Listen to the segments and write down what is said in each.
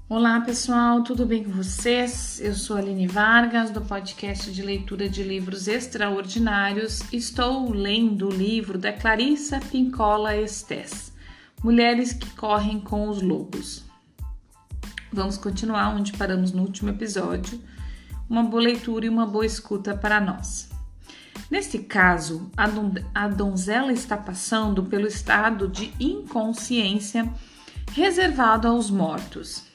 Olá pessoal, tudo bem com vocês? Eu sou a Aline Vargas, do podcast de leitura de livros extraordinários. Estou lendo o livro da Clarissa Pinkola Estés, Mulheres que Correm com os Lobos. Vamos continuar onde paramos no último episódio. Uma boa leitura e uma boa escuta para nós. Neste caso, a donzela está passando pelo estado de inconsciência reservado aos mortos.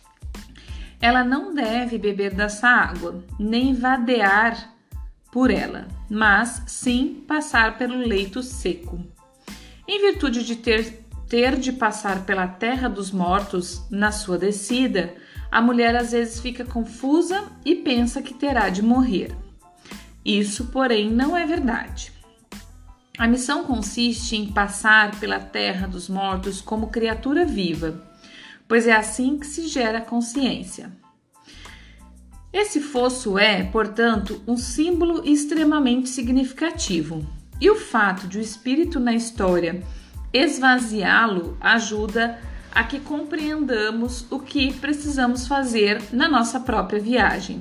Ela não deve beber dessa água, nem vadear por ela, mas sim passar pelo leito seco. Em virtude de ter de passar pela terra dos mortos na sua descida, a mulher às vezes fica confusa e pensa que terá de morrer. Isso, porém, não é verdade. A missão consiste em passar pela terra dos mortos como criatura viva, pois é assim que se gera consciência. Esse fosso é, portanto, um símbolo extremamente significativo, e o fato de o espírito na história esvaziá-lo ajuda a que compreendamos o que precisamos fazer na nossa própria viagem.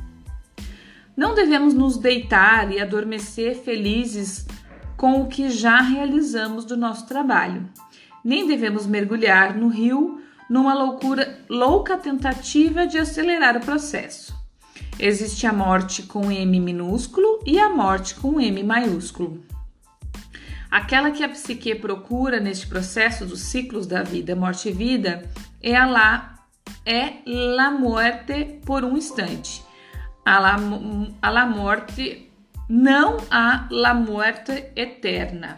Não devemos nos deitar e adormecer felizes com o que já realizamos do nosso trabalho, nem devemos mergulhar no rio numa louca tentativa de acelerar o processo. Existe a morte com M minúsculo e a morte com M maiúsculo. Aquela que a psique procura neste processo dos ciclos da vida, morte e vida, é la muerte por um instante. A la morte, não a la muerte eterna.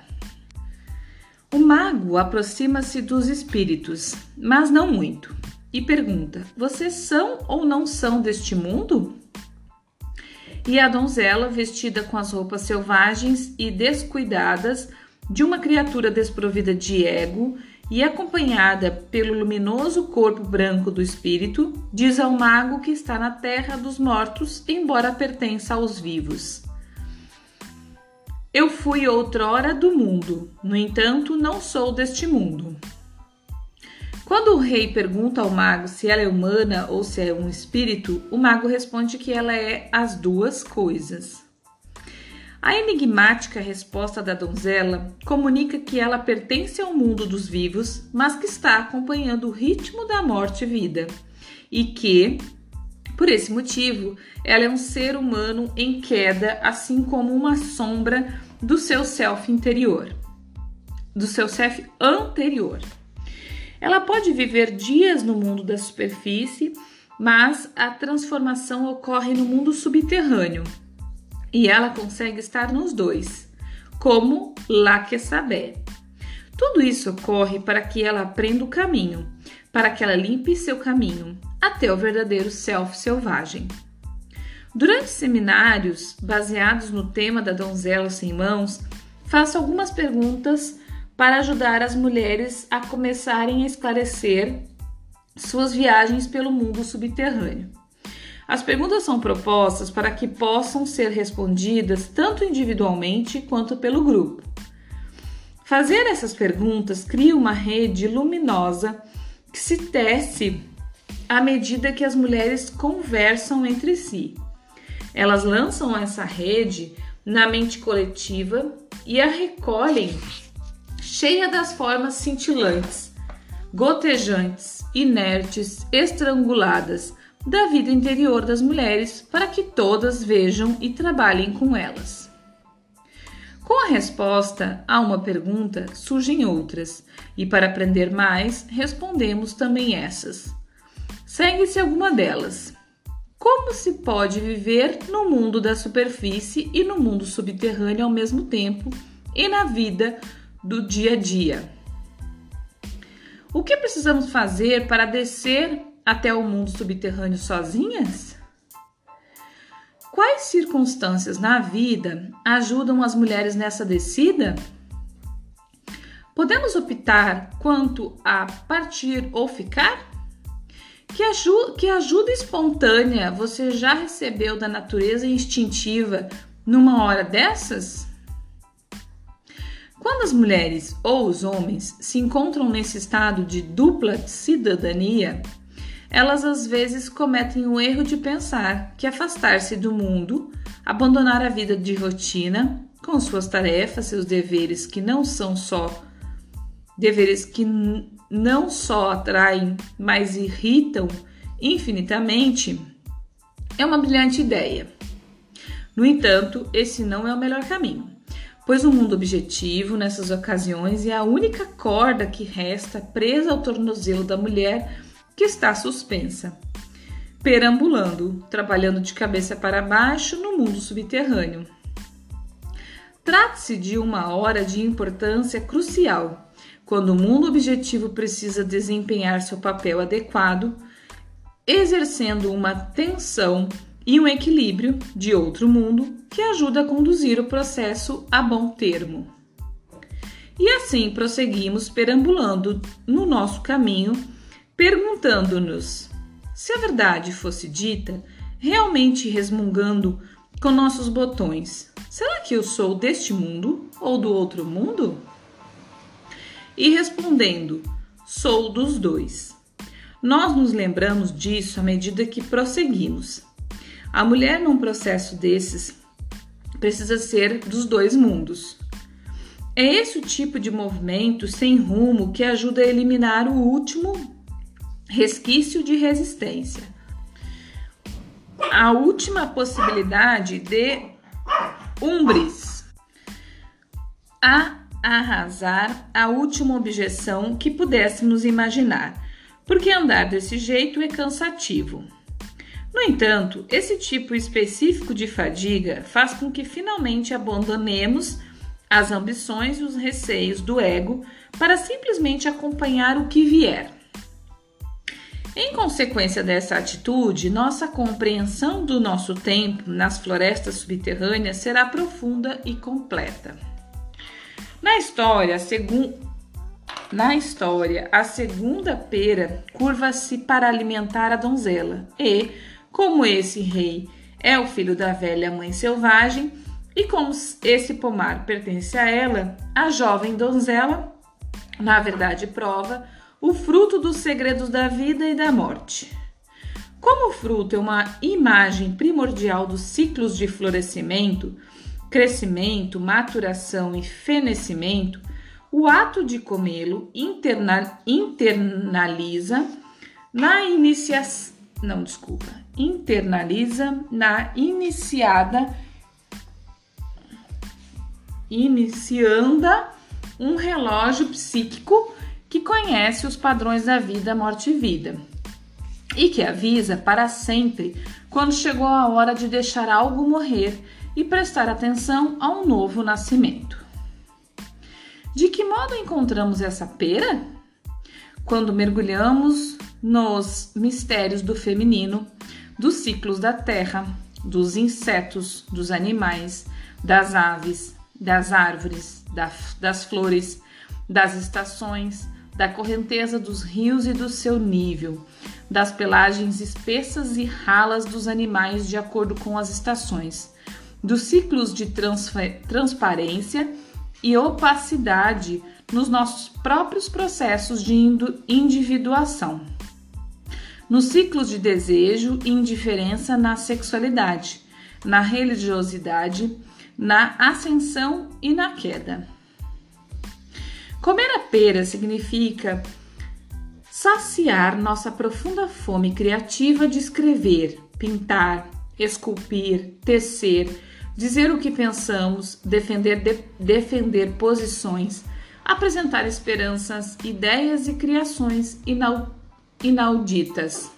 O mago aproxima-se dos espíritos, mas não muito, e pergunta: vocês são ou não são deste mundo? E a donzela, vestida com as roupas selvagens e descuidadas de uma criatura desprovida de ego e acompanhada pelo luminoso corpo branco do espírito, diz ao mago que está na terra dos mortos, embora pertença aos vivos. Eu fui outrora do mundo, no entanto, não sou deste mundo. Quando o rei pergunta ao mago se ela é humana ou se é um espírito, o mago responde que ela é as duas coisas. A enigmática resposta da donzela comunica que ela pertence ao mundo dos vivos, mas que está acompanhando o ritmo da morte e vida, e que, por esse motivo, ela é um ser humano em queda, assim como uma sombra do seu self interior, do seu self anterior. Ela pode viver dias no mundo da superfície, mas a transformação ocorre no mundo subterrâneo e ela consegue estar nos dois, como lá que saber. Tudo isso ocorre para que ela aprenda o caminho, para que ela limpe seu caminho até o verdadeiro self selvagem. Durante seminários baseados no tema da donzela sem mãos, faço algumas perguntas para ajudar as mulheres a começarem a esclarecer suas viagens pelo mundo subterrâneo. As perguntas são propostas para que possam ser respondidas tanto individualmente quanto pelo grupo. Fazer essas perguntas cria uma rede luminosa que se tece à medida que as mulheres conversam entre si. Elas lançam essa rede na mente coletiva e a recolhem cheia das formas cintilantes, gotejantes, inertes, estranguladas da vida interior das mulheres para que todas vejam e trabalhem com elas. Com a resposta a uma pergunta, surgem outras, e para aprender mais, respondemos também essas. Segue-se alguma delas. Como se pode viver no mundo da superfície e no mundo subterrâneo ao mesmo tempo e na vida do dia a dia? O que precisamos fazer para descer até o mundo subterrâneo sozinhas? Quais circunstâncias na vida ajudam as mulheres nessa descida? Podemos optar quanto a partir ou ficar? Que ajuda espontânea você já recebeu da natureza instintiva numa hora dessas? Quando as mulheres ou os homens se encontram nesse estado de dupla cidadania, elas às vezes cometem o erro de pensar que afastar-se do mundo, abandonar a vida de rotina, com suas tarefas, seus deveres que não só atraem, mas irritam infinitamente, é uma brilhante ideia. No entanto, esse não é o melhor caminho, pois o mundo objetivo, nessas ocasiões, é a única corda que resta presa ao tornozelo da mulher que está suspensa, perambulando, trabalhando de cabeça para baixo no mundo subterrâneo. Trata-se de uma hora de importância crucial, quando o mundo objetivo precisa desempenhar seu papel adequado, exercendo uma tensão e um equilíbrio de outro mundo que ajuda a conduzir o processo a bom termo. E assim prosseguimos perambulando no nosso caminho, perguntando-nos, se a verdade fosse dita, realmente resmungando com nossos botões, será que eu sou deste mundo ou do outro mundo? E respondendo, sou dos dois. Nós nos lembramos disso à medida que prosseguimos. A mulher num processo desses precisa ser dos dois mundos. É esse o tipo de movimento sem rumo que ajuda a eliminar o último resquício de resistência. A última possibilidade de umbris. A arrasar a última objeção que pudéssemos imaginar, porque andar desse jeito é cansativo. No entanto, esse tipo específico de fadiga faz com que finalmente abandonemos as ambições e os receios do ego para simplesmente acompanhar o que vier. Em consequência dessa atitude, nossa compreensão do nosso tempo nas florestas subterrâneas será profunda e completa. Na história, a segunda pera curva-se para alimentar a donzela e, como esse rei é o filho da velha mãe selvagem e como esse pomar pertence a ela, a jovem donzela, na verdade, prova o fruto dos segredos da vida e da morte. Como o fruto é uma imagem primordial dos ciclos de florescimento, crescimento, maturação e fenecimento, o ato de comê-lo internaliza na inicianda um relógio psíquico que conhece os padrões da vida, morte e vida, e que avisa para sempre quando chegou a hora de deixar algo morrer e prestar atenção a um novo nascimento. De que modo encontramos essa pera? Quando mergulhamos nos mistérios do feminino, dos ciclos da terra, dos insetos, dos animais, das aves, das árvores, das flores, das estações, da correnteza dos rios e do seu nível, das pelagens espessas e ralas dos animais de acordo com as estações, dos ciclos de transparência e opacidade nos nossos próprios processos de individuação, nos ciclos de desejo e indiferença na sexualidade, na religiosidade, na ascensão e na queda. Comer a pera significa saciar nossa profunda fome criativa de escrever, pintar, esculpir, tecer, dizer o que pensamos, defender posições, apresentar esperanças, ideias e criações inauditas.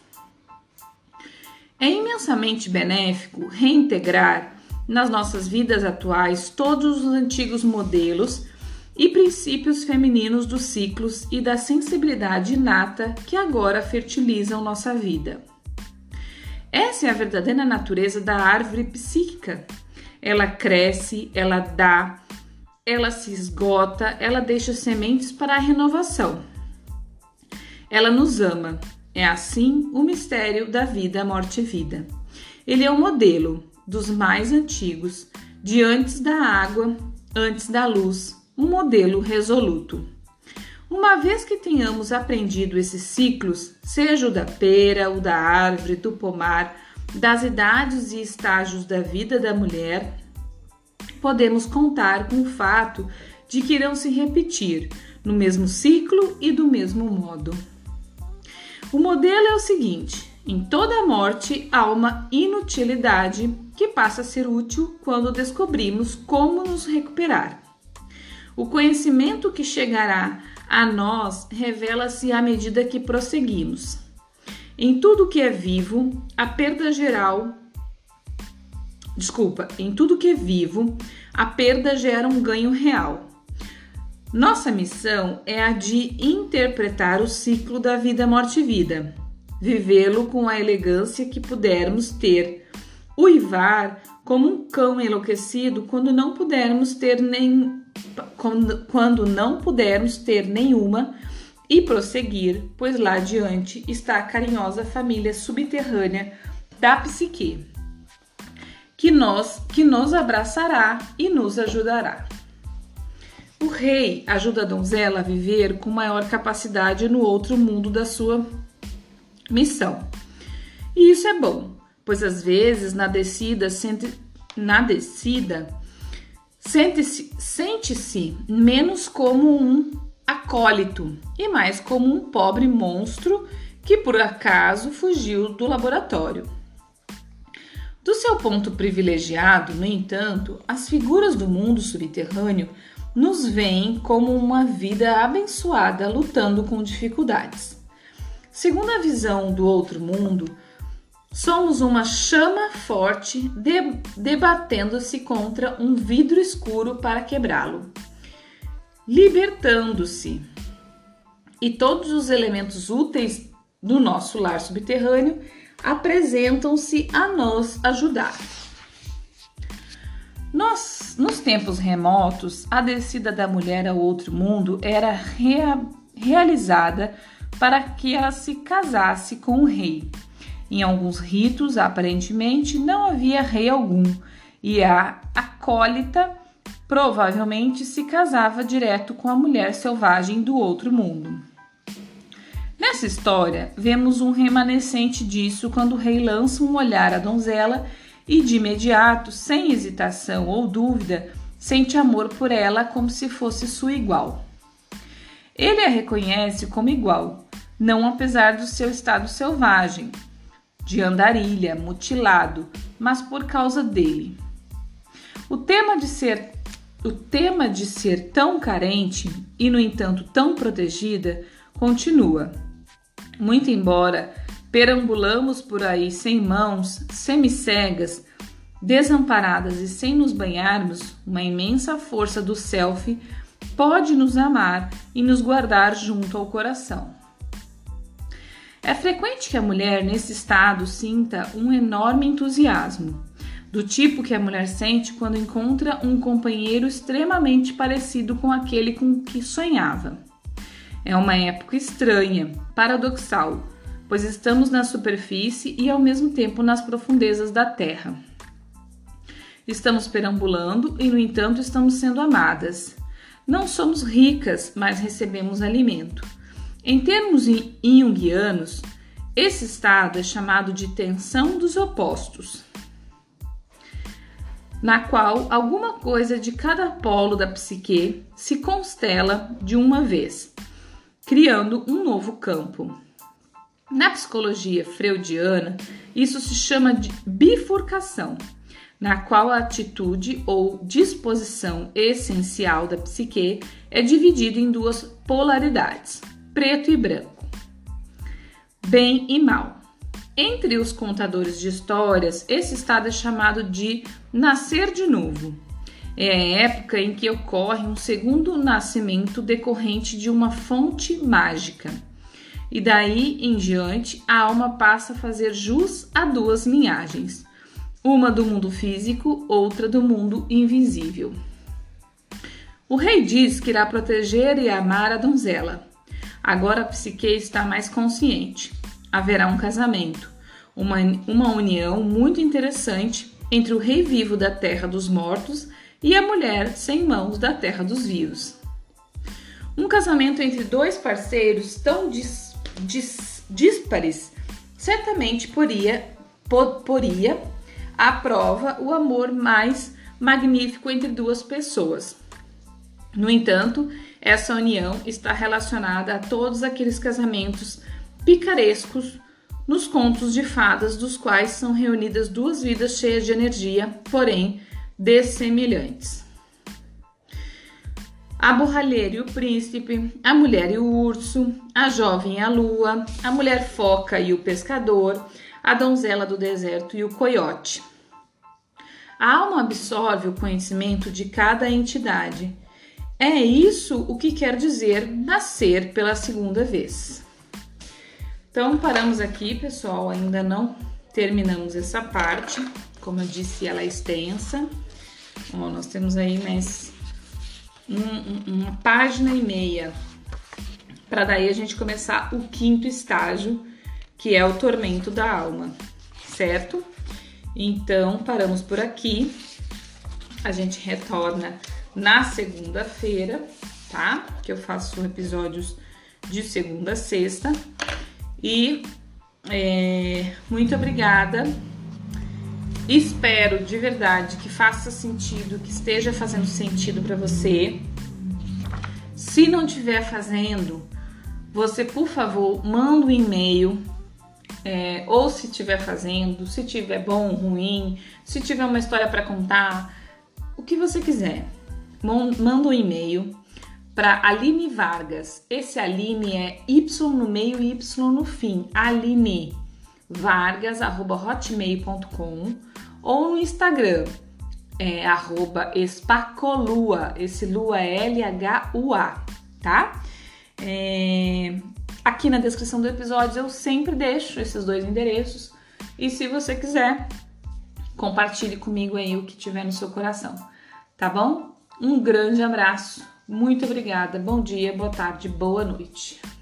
É imensamente benéfico reintegrar nas nossas vidas atuais todos os antigos modelos e princípios femininos dos ciclos e da sensibilidade inata que agora fertilizam nossa vida. Essa é a verdadeira natureza da árvore psíquica. Ela cresce, ela dá, ela se esgota, ela deixa sementes para a renovação. Ela nos ama. É assim o mistério da vida, morte e vida. Ele é o modelo dos mais antigos, de antes da água, antes da luz, um modelo resoluto. Uma vez que tenhamos aprendido esses ciclos, seja o da pera, o da árvore, do pomar, das idades e estágios da vida da mulher, podemos contar com o fato de que irão se repetir no mesmo ciclo e do mesmo modo. O modelo é o seguinte: em toda morte há uma inutilidade que passa a ser útil quando descobrimos como nos recuperar. O conhecimento que chegará a nós revela-se à medida que prosseguimos. Em tudo que é vivo, em tudo que é vivo, a perda gera um ganho real. Nossa missão é a de interpretar o ciclo da vida, morte e vida, vivê-lo com a elegância que pudermos ter, uivar como um cão enlouquecido quando não pudermos ter nenhuma e prosseguir, pois lá adiante está a carinhosa família subterrânea da psique, que nos abraçará e nos ajudará. O rei ajuda a donzela a viver com maior capacidade no outro mundo da sua missão. E isso é bom, pois às vezes na descida sente-se menos como um acólito e mais como um pobre monstro que por acaso fugiu do laboratório. Do seu ponto privilegiado, no entanto, as figuras do mundo subterrâneo nos veem como uma vida abençoada lutando com dificuldades. Segundo a visão do outro mundo, somos uma chama forte debatendo-se contra um vidro escuro para quebrá-lo, libertando-se. E todos os elementos úteis do nosso lar subterrâneo apresentam-se a nos ajudar. Nos tempos remotos, a descida da mulher ao outro mundo era realizada para que ela se casasse com o rei. Em alguns ritos, aparentemente, não havia rei algum e a acólita provavelmente se casava direto com a mulher selvagem do outro mundo. Nessa história, vemos um remanescente disso quando o rei lança um olhar à donzela e de imediato, sem hesitação ou dúvida, sente amor por ela como se fosse sua igual. Ele a reconhece como igual, não apesar do seu estado selvagem, de andarilha, mutilado, mas por causa dele. O tema de ser tão carente e, no entanto, tão protegida, continua. Muito embora perambulamos por aí sem mãos, semi-cegas, desamparadas e sem nos banharmos, uma imensa força do self pode nos amar e nos guardar junto ao coração. É frequente que a mulher nesse estado sinta um enorme entusiasmo, do tipo que a mulher sente quando encontra um companheiro extremamente parecido com aquele com que sonhava. É uma época estranha, paradoxal, pois estamos na superfície e ao mesmo tempo nas profundezas da terra. Estamos perambulando e, no entanto, estamos sendo amadas. Não somos ricas, mas recebemos alimento. Em termos junguianos, esse estado é chamado de tensão dos opostos, na qual alguma coisa de cada polo da psique se constela de uma vez, criando um novo campo. Na psicologia freudiana, isso se chama de bifurcação, na qual a atitude ou disposição essencial da psique é dividida em duas polaridades, preto e branco, bem e mal. Entre os contadores de histórias, esse estado é chamado de nascer de novo. É a época em que ocorre um segundo nascimento decorrente de uma fonte mágica. E daí em diante, a alma passa a fazer jus a duas linhagens, uma do mundo físico, outra do mundo invisível. O rei diz que irá proteger e amar a donzela. Agora a psique está mais consciente. Haverá um casamento, uma união muito interessante entre o rei vivo da terra dos mortos e a mulher sem mãos da terra dos vivos. Um casamento entre dois parceiros tão díspares certamente poria à prova o amor mais magnífico entre duas pessoas. No entanto, essa união está relacionada a todos aqueles casamentos picarescos nos contos de fadas, dos quais são reunidas duas vidas cheias de energia, porém dessemelhantes. A borralheira e o príncipe, a mulher e o urso, a jovem e a lua, a mulher foca e o pescador, a donzela do deserto e o coiote. A alma absorve o conhecimento de cada entidade. É isso o que quer dizer nascer pela segunda vez. Então, paramos aqui, pessoal. Ainda não terminamos essa parte. Como eu disse, ela é extensa. Ó, nós temos aí mais uma página e meia para daí a gente começar o quinto estágio, que é o tormento da alma, certo? Então, paramos por aqui. A gente retorna na segunda-feira, tá? Que eu faço episódios de segunda a sexta. E muito obrigada. Espero de verdade que faça sentido, que esteja fazendo sentido para você. Se não estiver fazendo, você, por favor, manda um e-mail. Ou se estiver fazendo, se tiver bom, ruim, se tiver uma história para contar, o que você quiser. Manda um e-mail para Aline Vargas. Esse Aline é Y no meio e Y no fim. Aline Vargas@hotmail.com ou no Instagram @espacolua. Esse lua é LHUA, tá? Aqui na descrição do episódio eu sempre deixo esses dois endereços e se você quiser, compartilhe comigo aí o que tiver no seu coração, tá bom? Um grande abraço, muito obrigada, bom dia, boa tarde, boa noite.